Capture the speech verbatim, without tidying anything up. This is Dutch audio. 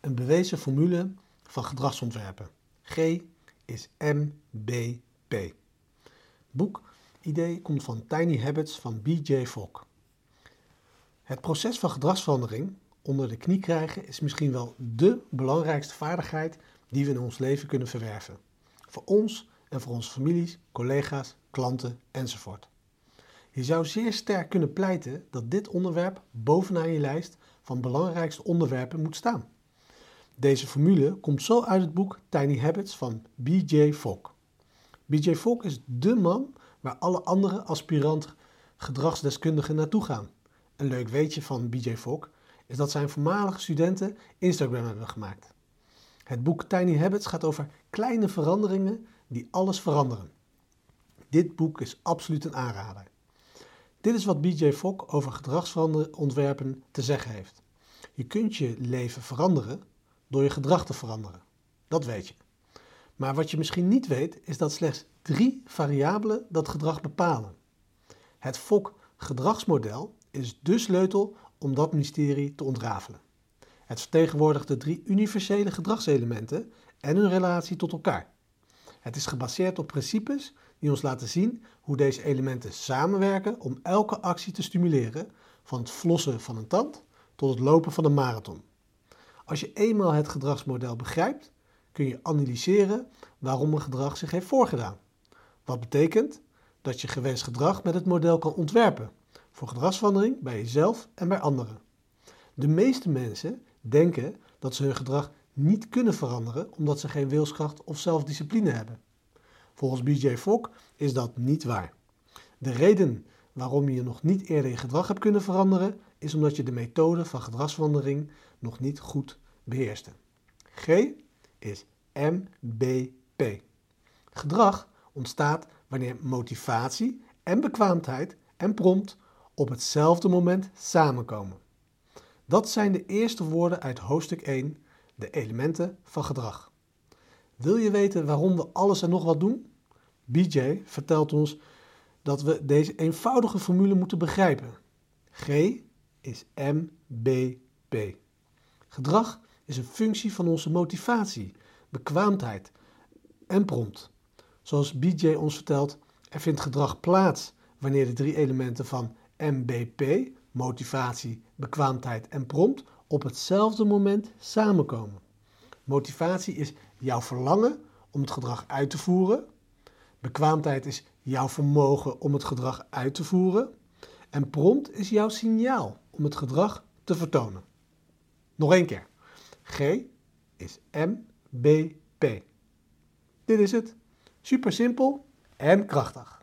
een bewezen formule van gedragsontwerpen. G is M B P. Boekidee komt van Tiny Habits van B J Fogg. Het proces van gedragsverandering onder de knie krijgen is misschien wel dé belangrijkste vaardigheid die we in ons leven kunnen verwerven. Voor ons en voor onze families, collega's, klanten enzovoort. Je zou zeer sterk kunnen pleiten dat dit onderwerp bovenaan je lijst van belangrijkste onderwerpen moet staan. Deze formule komt zo uit het boek Tiny Habits van B J Fogg. B J Fogg is dé man waar alle andere aspirant gedragsdeskundigen naartoe gaan. Een leuk weetje van B J Fogg is dat zijn voormalige studenten Instagram hebben gemaakt. Het boek Tiny Habits gaat over kleine veranderingen die alles veranderen. Dit boek is absoluut een aanrader. Dit is wat B J Fogg over gedragsontwerpen te zeggen heeft. Je kunt je leven veranderen door je gedrag te veranderen. Dat weet je. Maar wat je misschien niet weet, is dat slechts drie variabelen dat gedrag bepalen. Het Fogg gedragsmodel is de sleutel om dat mysterie te ontrafelen. Het vertegenwoordigt de drie universele gedragselementen en hun relatie tot elkaar. Het is gebaseerd op principes die ons laten zien hoe deze elementen samenwerken om elke actie te stimuleren, van het flossen van een tand tot het lopen van een marathon. Als je eenmaal het gedragsmodel begrijpt, kun je analyseren waarom een gedrag zich heeft voorgedaan. Wat betekent dat je gewenst gedrag met het model kan ontwerpen voor gedragsverandering bij jezelf en bij anderen. De meeste mensen denken dat ze hun gedrag niet kunnen veranderen omdat ze geen wilskracht of zelfdiscipline hebben. Volgens B J Fogg is dat niet waar. De reden waarom je nog niet eerder je gedrag hebt kunnen veranderen is omdat je de methode van gedragsverandering nog niet goed beheerste. G is M B P. Gedrag ontstaat wanneer motivatie en bekwaamheid en prompt op hetzelfde moment samenkomen. Dat zijn de eerste woorden uit hoofdstuk één, de elementen van gedrag. Wil je weten waarom we alles en nog wat doen? B J vertelt ons dat we deze eenvoudige formule moeten begrijpen. G is M B P. Gedrag is een functie van onze motivatie, bekwaamheid en prompt. Zoals B J ons vertelt, er vindt gedrag plaats wanneer de drie elementen van M B P, motivatie, bekwaamheid en prompt, op hetzelfde moment samenkomen. Motivatie is jouw verlangen om het gedrag uit te voeren. Bekwaamheid is jouw vermogen om het gedrag uit te voeren. En prompt is jouw signaal om het gedrag te vertonen. Nog één keer. G is M B P. Dit is het. Super simpel en krachtig.